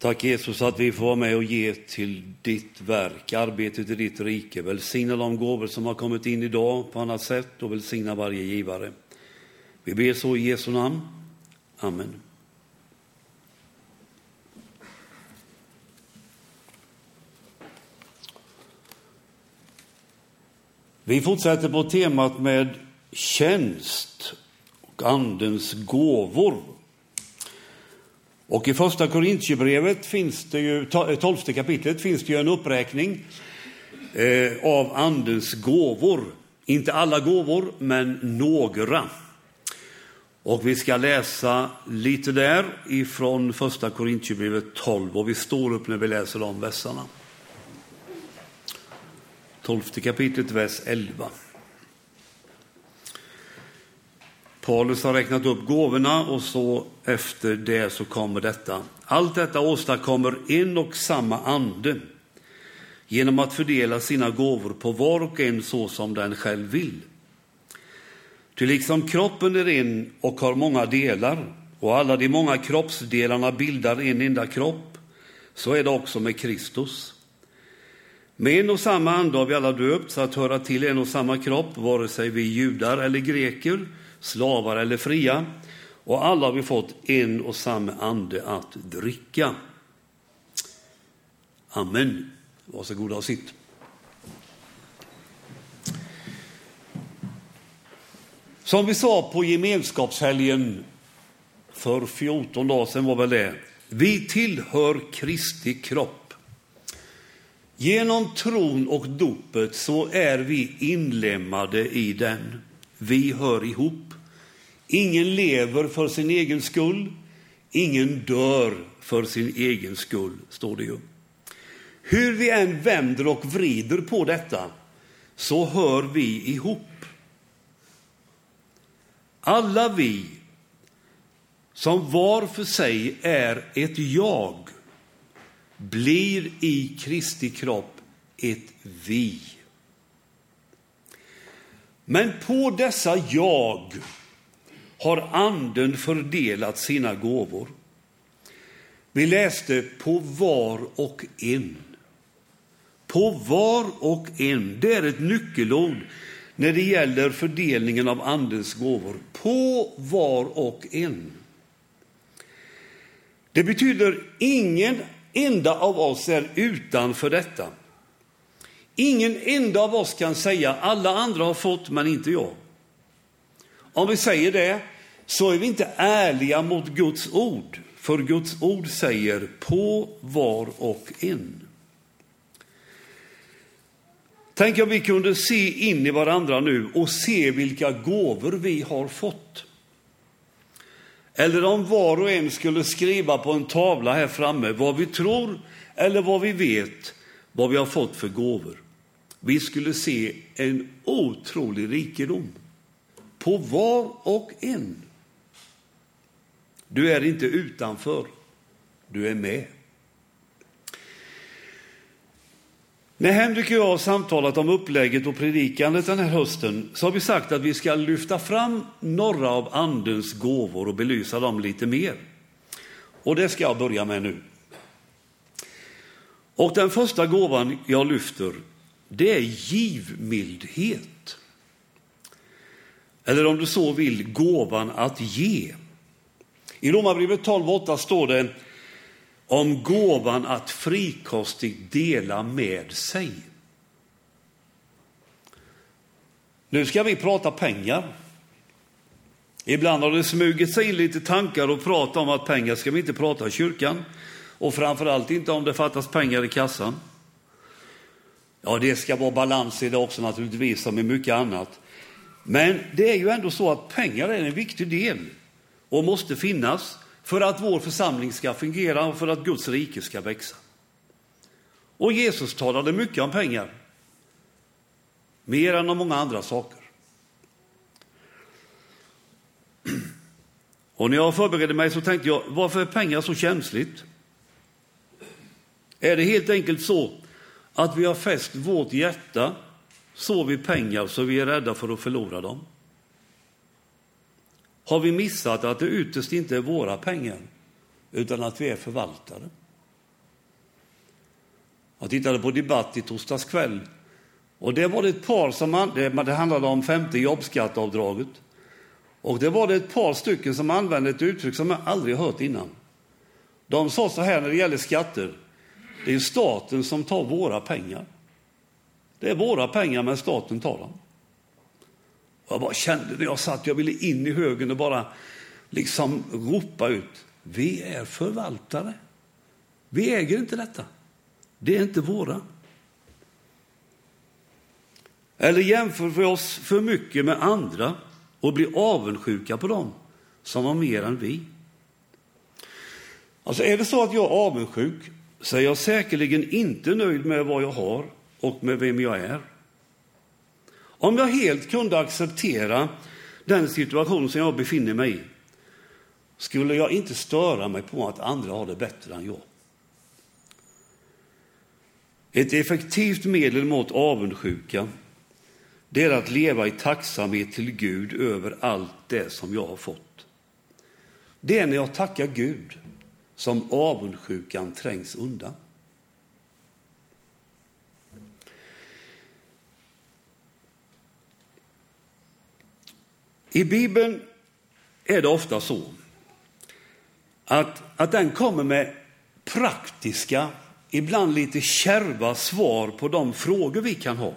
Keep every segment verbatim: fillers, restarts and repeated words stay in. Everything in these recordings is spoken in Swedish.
Tack Jesus att vi får vara med och ge till ditt verk, arbetet i ditt rike. Välsigna de gåvor som har kommit in idag på annat sätt och välsigna varje givare. Vi ber så i Jesu namn. Amen. Vi fortsätter på temat med tjänst och andens gåvor. Och i första Korintierbrevet finns det ju, tolfte kapitlet finns det ju en uppräkning eh, av andens gåvor. Inte alla gåvor, men några. Och vi ska läsa lite där ifrån första Korintierbrevet tolv. Och vi står upp när vi läser de verserna. tolfte kapitlet, vers elva. Paulus har räknat upp gåvorna och så efter det så kommer detta. Allt detta åstadkommer en och samma ande genom att fördela sina gåvor på var och en så som den själv vill. Ty liksom kroppen är en och har många delar och alla de många kroppsdelarna bildar en enda kropp, så är det också med Kristus. Med en och samma ande har vi alla döpts att höra till en och samma kropp, vare sig vi judar eller greker, slavar eller fria, och alla har vi fått en och samma ande att dricka. Amen. Varsågoda och sitt. Som vi sa på gemenskapshelgen för fjorton dagar sedan var väl det. Vi tillhör Kristi kropp. Genom tron och dopet så är vi inlemmade i den. Vi hör ihop. Ingen lever för sin egen skull. Ingen dör för sin egen skull, står det ju. Hur vi än vänder och vrider på detta så hör vi ihop. Alla vi som var för sig är ett jag blir i Kristi kropp ett vi. Men på dessa jag har anden fördelat sina gåvor. Vi läste på var och en. På var och en, det är ett nyckelord när det gäller fördelningen av andens gåvor. På var och en. Det betyder ingen enda av oss är utanför detta. Ingen enda av oss kan säga alla andra har fått men inte jag. Om vi säger det så är vi inte ärliga mot Guds ord. För Guds ord säger på var och en. Tänk om vi kunde se in i varandra nu och se vilka gåvor vi har fått. Eller om var och en skulle skriva på en tavla här framme vad vi tror eller vad vi vet vad vi har fått för gåvor. Vi skulle se en otrolig rikedom på var och en. Du är inte utanför, du är med. När Henrik och jag har samtalat om upplägget och predikandet den här hösten så har vi sagt att vi ska lyfta fram några av andens gåvor och belysa dem lite mer. Och det ska jag börja med nu. Och den första gåvan jag lyfter, det är givmildhet. Eller om du så vill, gåvan att ge. I Romarbrevet tolv åtta står det om gåvan att frikostigt dela med sig. Nu ska vi prata pengar. Ibland har det smugit sig in lite tankar och prata om att pengar ska vi inte prata i kyrkan. Och framförallt inte om det fattas pengar i kassan. Ja, det ska vara balans i det också naturligtvis som med mycket annat. Men det är ju ändå så att pengar är en viktig del och måste finnas för att vår församling ska fungera och för att Guds rike ska växa. Och Jesus talade mycket om pengar. Mer än om många andra saker. Och när jag förberedde mig så tänkte jag, varför är pengar så känsligt? Är det helt enkelt så att vi har fäst vårt hjärta så vid pengar så vi är rädda för att förlora dem? Har vi missat att det ytterst inte är våra pengar utan att vi är förvaltare? Jag tittade på debatt i torsdags kväll. Och det var det ett par som, det, det handlade om femte jobbskatteavdraget. Och det var det ett par stycken som använde ett uttryck som jag aldrig hört innan. De sa så här när det gäller skatter. Det är staten som tar våra pengar. Det är våra pengar men staten tar dem. Jag bara kände när jag satt, jag ville in i högen och bara liksom ropa ut. Vi är förvaltare. Vi äger inte detta. Det är inte våra. Eller jämför vi oss för mycket med andra och blir avundsjuka på dem som har mer än vi. Alltså är det så att jag är avundsjuk så är jag säkerligen inte nöjd med vad jag har och med vem jag är. Om jag helt kunde acceptera den situation som jag befinner mig i skulle jag inte störa mig på att andra har det bättre än jag. Ett effektivt medel mot avundsjuka det är att leva i tacksamhet till Gud över allt det som jag har fått. Det är när jag tackar Gud som avundsjukan trängs undan. I Bibeln är det ofta så att, att den kommer med praktiska, ibland lite kärva svar på de frågor vi kan ha.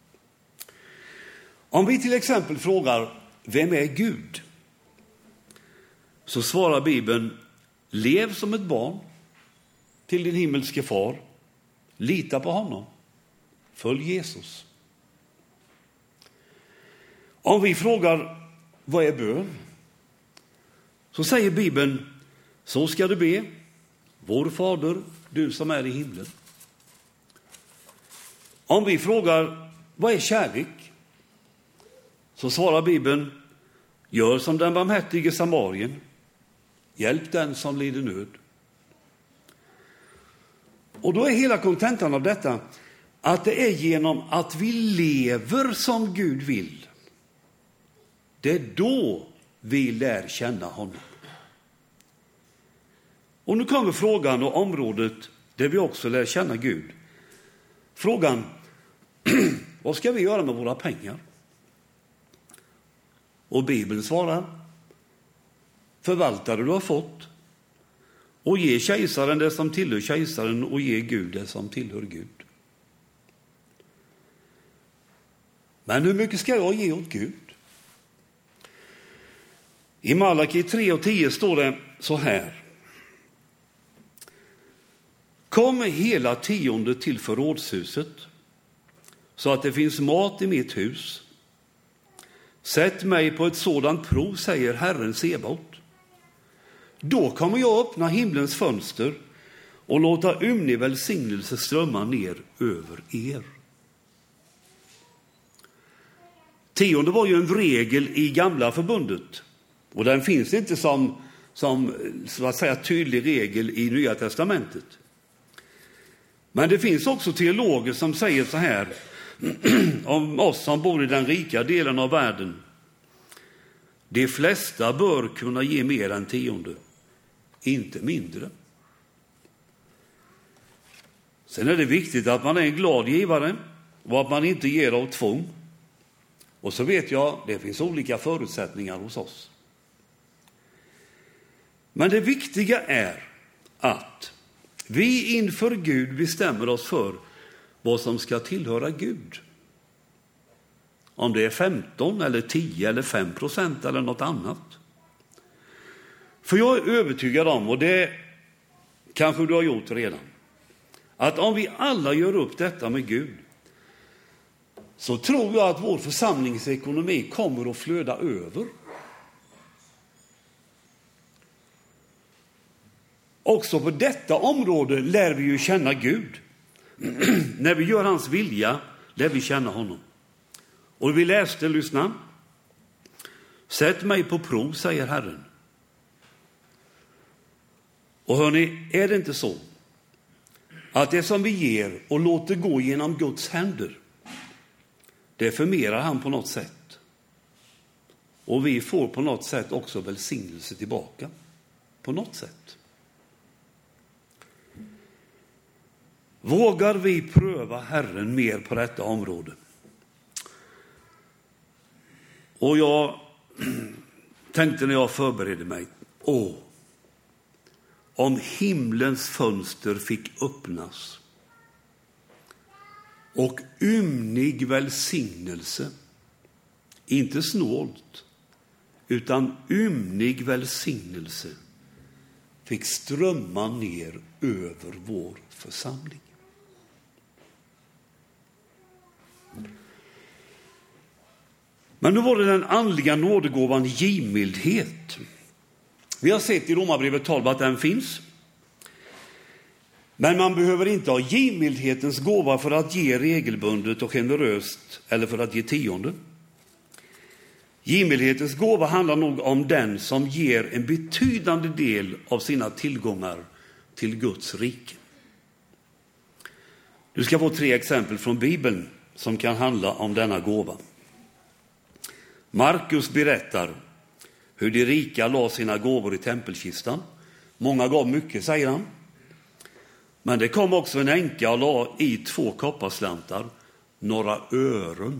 Om vi till exempel frågar, vem är Gud? Så svarar Bibeln, lev som ett barn till din himmelske far. Lita på honom. Följ Jesus. Om vi frågar, vad är bön? Så säger Bibeln, så ska du be, vår fader, du som är i himlen. Om vi frågar, vad är kärlek? Så svarar Bibeln, gör som den barmhärtige samarien. Hjälp den som lider nöd. Och då är hela kontentan av detta att det är genom att vi lever som Gud vill. Det är då vi lär känna honom. Och nu kommer frågan och området där vi också lär känna Gud. Frågan, vad ska vi göra med våra pengar? Och Bibeln svarar, förvalta det du har fått och ge kejsaren det som tillhör kejsaren och ge Gud det som tillhör Gud. Men hur mycket ska jag ge åt Gud? I Malaki tre och tio står det så här. Kom hela tionde till förrådshuset så att det finns mat i mitt hus. Sätt mig på ett sådant prov, säger Herren Sebaot. Då kommer jag öppna himlens fönster och låta ymnig välsignelse strömma ner över er. Tionde var ju en regel i gamla förbundet. Och den finns inte som, som så att säga, tydlig regel i Nya testamentet. Men det finns också teologer som säger så här om oss som bor i den rika delen av världen. De flesta bör kunna ge mer än tionde, inte mindre. Sen är det viktigt att man är en glad givare och att man inte ger av tvång. Och så vet jag, det finns olika förutsättningar hos oss. Men det viktiga är att vi inför Gud bestämmer oss för vad som ska tillhöra Gud. Om det är femton eller tio eller fem procent eller något annat. För jag är övertygad om, och det kanske du har gjort redan, att om vi alla gör upp detta med Gud så tror jag att vår församlingsekonomi kommer att flöda över. Också på detta område lär vi ju känna Gud. När vi gör hans vilja lär vi känna honom. Och vi läste, lyssna. Sätt mig på prov, säger Herren. Och hörni, är det inte så att det som vi ger och låter gå genom Guds händer, det förmerar han på något sätt. Och vi får på något sätt också välsignelse tillbaka. På något sätt. Vågar vi pröva Herren mer på detta område? Och jag tänkte när jag förberedde mig, åh, om himlens fönster fick öppnas och ymnig välsignelse, inte snålt, utan ymnig välsignelse fick strömma ner över vår församling. Men nu var det den andliga nådegåvan givmildhet. Vi har sett i Romarbrevet tolv att den finns. Men man behöver inte ha givmildhetens gåva för att ge regelbundet och generöst eller för att ge tionde. Givmildhetens gåva handlar nog om den som ger en betydande del av sina tillgångar till Guds rike. Du ska få tre exempel från Bibeln som kan handla om denna gåva. Markus berättar hur de rika la sina gåvor i tempelkistan. Många gav mycket, säger han. Men det kom också en änka och la i två kopparslantar, några ören.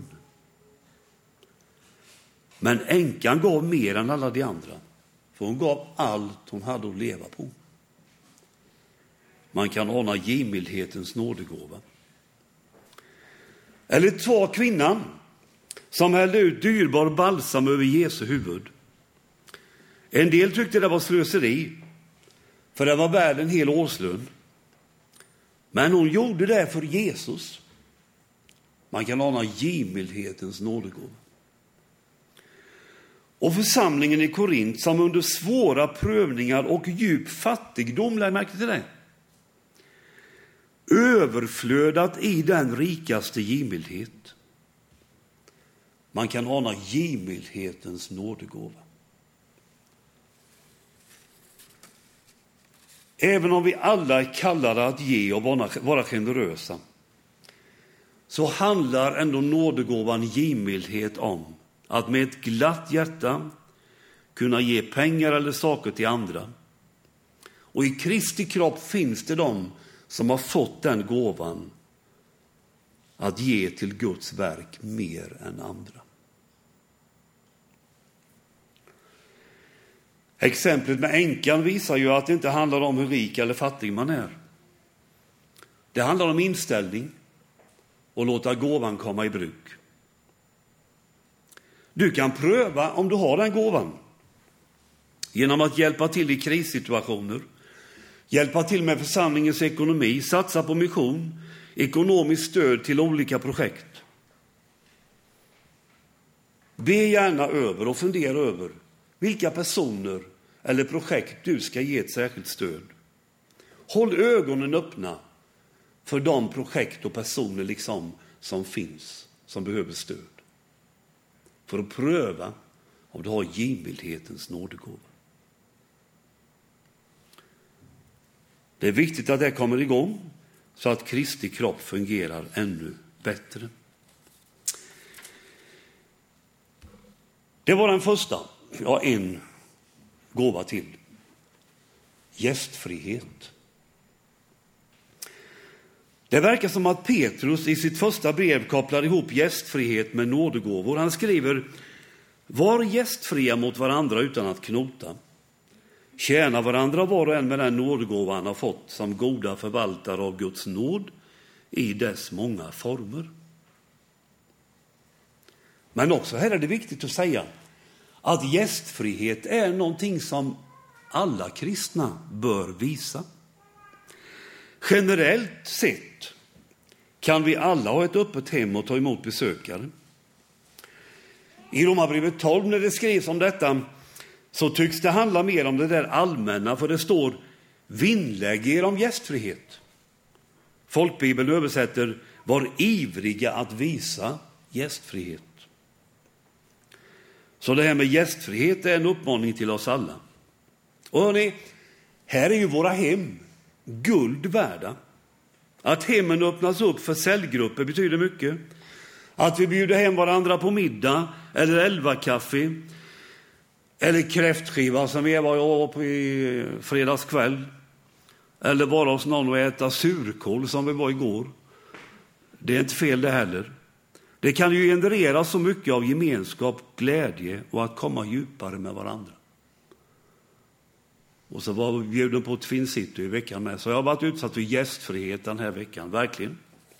Men änkan gav mer än alla de andra, för hon gav allt hon hade att leva på. Man kan ana givmildhetens nådegåva. Eller ta kvinnan som hällde ut dyrbar balsam över Jesu huvud. En del tyckte det var slöseri, för det var värd en hel årslön. Men hon gjorde det för Jesus. Man kan ana givmildhetens nådegåva. Och församlingen i Korint som under svåra prövningar och djup fattigdom, lägg märke till det, överflödat i den rikaste givmildhet. Man kan ana givmildhetens nådegåva. Även om vi alla är kallade att ge och vara generösa, så handlar ändå nådegåvan givmildhet om att med ett glatt hjärta kunna ge pengar eller saker till andra. Och i Kristi kropp finns det de som har fått den gåvan att ge till Guds verk mer än andra. Exemplet med änkan visar ju att det inte handlar om hur rik eller fattig man är. Det handlar om inställning och låta gåvan komma i bruk. Du kan pröva om du har den gåvan genom att hjälpa till i krissituationer, hjälpa till med församlingens ekonomi, satsa på mission, ekonomiskt stöd till olika projekt. Be gärna över och fundera över vilka personer eller projekt du ska ge ett särskilt stöd. Håll ögonen öppna för de projekt och personer liksom som finns, som behöver stöd. För att pröva om du har givmildhetens nådegåva. Det är viktigt att det kommer igång så att Kristi kropp fungerar ännu bättre. Det var den första. Ja, en gåva till. Gästfrihet. Det verkar som att Petrus i sitt första brev kopplar ihop gästfrihet med nådegåvor. Han skriver: var gästfria mot varandra utan att knota. Tjäna varandra var och en med den nådegåva han har fått som goda förvaltare av Guds nåd i dess många former. Men också här är det viktigt att säga att gästfrihet är någonting som alla kristna bör visa. Generellt sett kan vi alla ha ett öppet hem och ta emot besökare. I Romarbrevet tolv, när det skrivs om detta, så tycks det handla mer om det där allmänna, för det står: vinnlägg er om gästfrihet. Folkbibeln översätter: var ivriga att visa gästfrihet. Så det här med gästfrihet är en uppmaning till oss alla. Och hörni, här är ju våra hem guld värda. Att hemmen öppnas upp för cellgrupper betyder mycket. Att vi bjuder hem varandra på middag eller elva kaffe eller kräftskiva som Eva och jag på i fredags kväll. Eller vara hos någon och äta surkål som vi var igår. Det är inte fel det heller. Det kan ju generera så mycket av gemenskap, glädje och att komma djupare med varandra. Och så var vi bjuden på Twin City i veckan med. Så jag har varit utsatt för gästfrihet den här veckan, verkligen.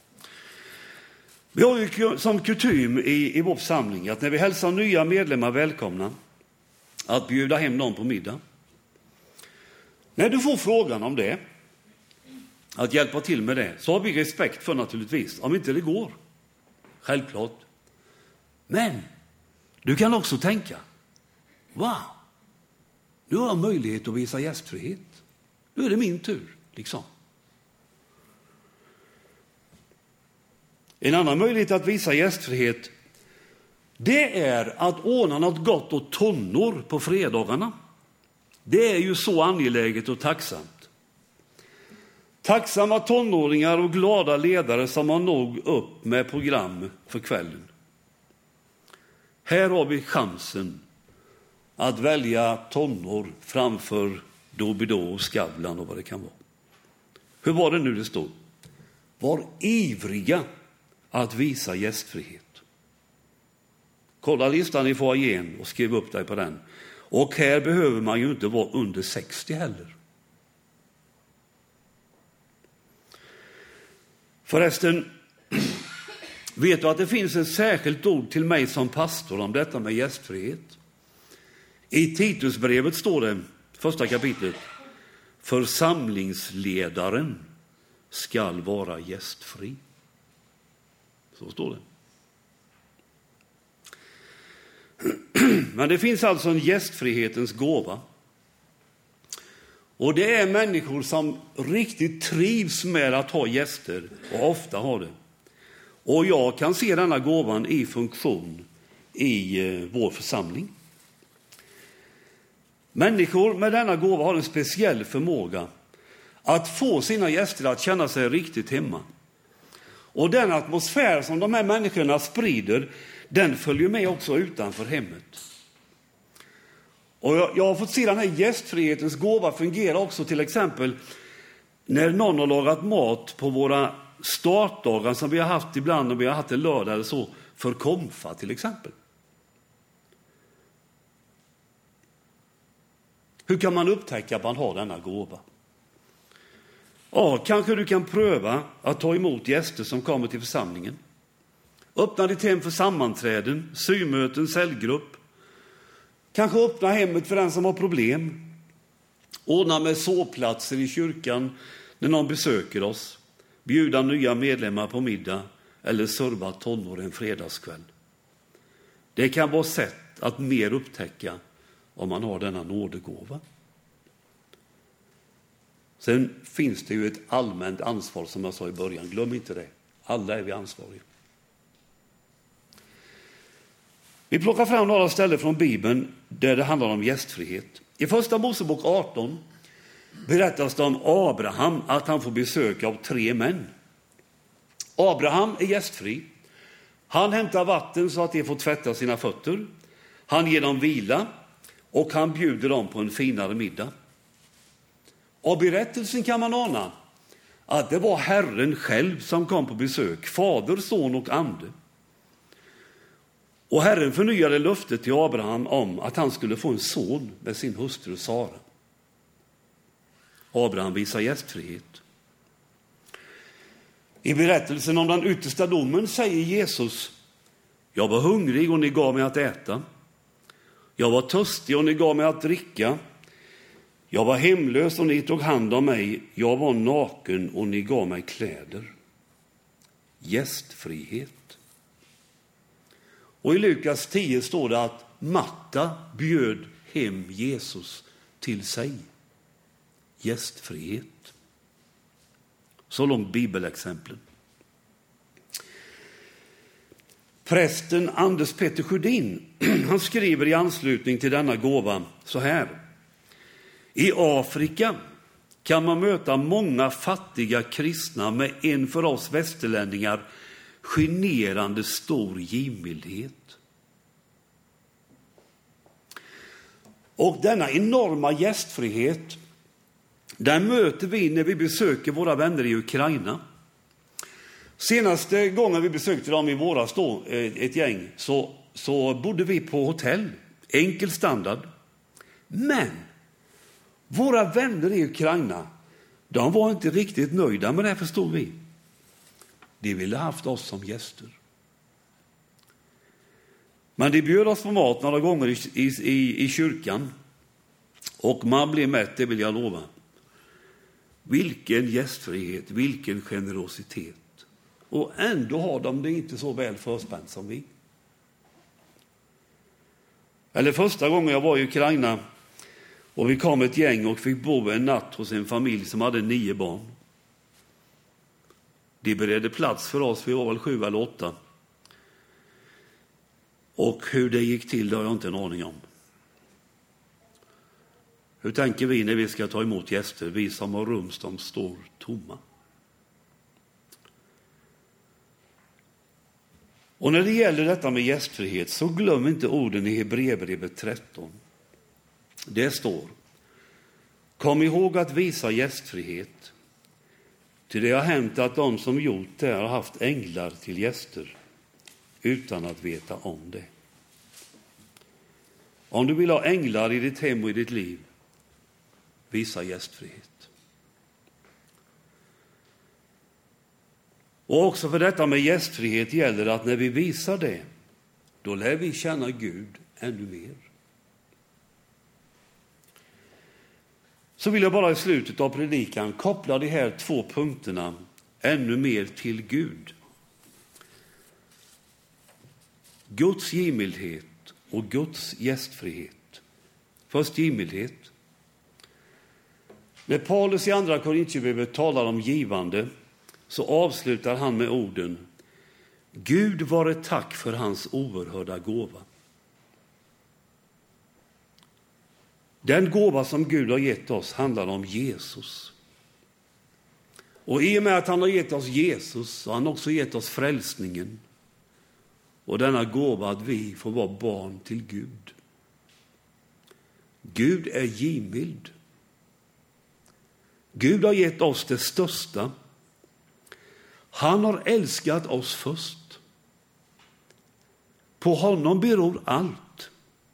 Vi har ju som kutym i, i vår församling att när vi hälsar nya medlemmar välkomna att bjuda hem någon på middag. När du får frågan om det, att hjälpa till med det, så har vi respekt för naturligtvis, om inte det går. Självklart. Men du kan också tänka, wow, nu har jag möjlighet att visa gästfrihet. Nu är det min tur, liksom. En annan möjlighet att visa gästfrihet, det är att ordna något gott och tonår på fredagarna. Det är ju så angeläget och tacksamt. Tacksamma tonåringar och glada ledare som har nog upp med program för kvällen. Här har vi chansen att välja tonår framför Doobidå och Skavlan och vad det kan vara. Hur var det nu det stod? Var ivriga att visa gästfrihet. Kolla listan i foajén och skriv upp dig på den. Och här behöver man ju inte vara under sextio heller. Förresten, vet du att det finns ett särskilt ord till mig som pastor om detta med gästfrihet? I Titusbrevet står det, första kapitlet, församlingsledaren skall vara gästfri. Så står det. Men det finns alltså en gästfrihetens gåva. Och det är människor som riktigt trivs med att ha gäster och ofta har det. Och jag kan se denna gåvan i funktion i eh, vår församling. Människor med denna gåva har en speciell förmåga att få sina gäster att känna sig riktigt hemma. Och den atmosfär som de här människorna sprider, den följer med också utanför hemmet. Och jag, jag har fått se den här gästfrihetens gåva fungera också till exempel när någon har lagat mat på våra startdagar som vi har haft ibland och vi har haft en lördag eller så för konfa till exempel. Hur kan man upptäcka att man har denna gåva? Ja, kanske du kan pröva att ta emot gäster som kommer till församlingen. Öppna ditt hem för sammanträden, symöten, cellgrupp. Kanske öppna hemmet för den som har problem. Ordna med sovplatser i kyrkan när någon besöker oss. Bjuda nya medlemmar på middag eller serva tonår en fredagskväll. Det kan vara sätt att mer upptäcka om man har denna nådegåva. Sen finns det ju ett allmänt ansvar som jag sa i början. Glöm inte det. Alla är vi ansvariga. Vi plockar fram några ställen från Bibeln där det handlar om gästfrihet. I första Mosebok arton berättas det om Abraham att han får besök av tre män. Abraham är gästfri. Han hämtar vatten så att de får tvätta sina fötter. Han ger dem vila och han bjuder dem på en finare middag. Av berättelsen kan man ana att det var Herren själv som kom på besök, Fader, Son och Ande. Och Herren förnyade löftet till Abraham om att han skulle få en son med sin hustru Sara. Abraham visar gästfrihet. I berättelsen om den yttersta domen säger Jesus: jag var hungrig och ni gav mig att äta. Jag var törstig och ni gav mig att dricka. Jag var hemlös och ni tog hand om mig. Jag var naken och ni gav mig kläder. Gästfrihet. Och i Lukas tio står det att Marta bjöd hem Jesus till sig. Gästfrihet. Så långt bibelexemplen. Prästen Anders Peter Sjödin, han skriver i anslutning till denna gåva så här: i Afrika kan man möta många fattiga kristna med en för oss västerlänningar generande stor givmildhet. Och denna enorma gästfrihet, Där möter vi när vi besöker våra vänner i Ukraina. Senaste gången vi besökte dem i våras då, ett gäng, så, så bodde vi på hotell. Enkel standard. Men våra vänner i Ukraina, de var inte riktigt nöjda med det, förstod vi. De ville haft oss som gäster. Men de bjöd oss på mat några gånger i, i, i kyrkan. Och man blev mätt, det vill jag lova. Vilken gästfrihet, vilken generositet. Och ändå har de det inte så väl förspänt som vi. Eller första gången jag var i Ukraina och vi kom ett gäng och fick bo en natt hos en familj som hade nio barn. De beredde plats för oss, vi var väl sju eller åtta. Och hur det gick till det har jag inte en aning om. Hur tänker vi när vi ska ta emot gäster, vi som har rum som står tomma? Och när det gäller detta med gästfrihet så glöm inte orden i Hebreerbrevet tretton. Det står: kom ihåg att visa gästfrihet. Till det har hänt att de som gjort det har haft änglar till gäster utan att veta om det. Om du vill ha änglar i ditt hem och i ditt liv, visa gästfrihet. Och också för detta med gästfrihet gäller att när vi visar det, då lär vi känna Gud ännu mer. Så vill jag bara i slutet av predikan koppla de här två punkterna ännu mer till Gud. Guds givmildhet och Guds gästfrihet. Först givmildhet. När Paulus i andra Korintierbrevet talar om givande så avslutar han med orden: Gud var ett tack för hans oerhörda gåva. Den gåva som Gud har gett oss handlar om Jesus. Och i och med att han har gett oss Jesus så har han också gett oss frälsningen. Och denna gåva att vi får vara barn till Gud. Gud är givmild. Gud har gett oss det största. Han har älskat oss först. På honom beror allt.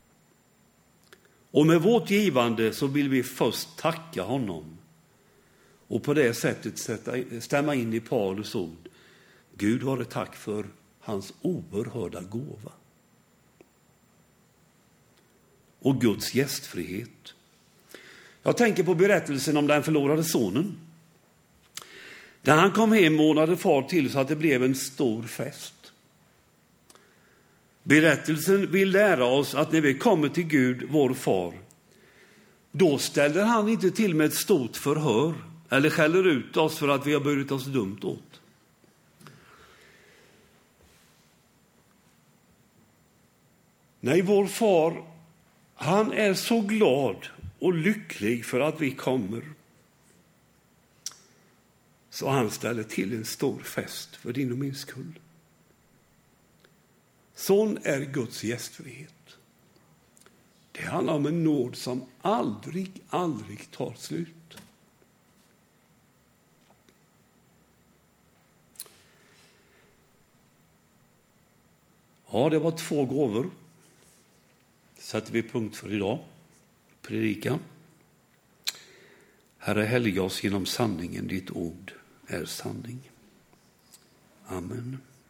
Och med vårt givande så vill vi först tacka honom. Och på det sättet sätta, stämma in i Paulus ord. Gud har ett tack för hans oerhörda gåva. Och Guds gästfrihet. Jag tänker på berättelsen om den förlorade sonen. Där han kom hem månade far till så att det blev en stor fest. Berättelsen vill lära oss att när vi kommer till Gud, vår far, då ställer han inte till med ett stort förhör eller skäller ut oss för att vi har burit oss dumt åt. Nej, vår far, han är så glad och lycklig för att vi kommer. Så han ställer till en stor fest för din och min skull. Sån är Guds gästfrihet. Det handlar om en nåd som aldrig, aldrig tar slut. Ja, det var två gåvor. Sätter vi punkt för idag. Predikan. Herre, helga oss genom sanningen, ditt ord är sanning. Amen.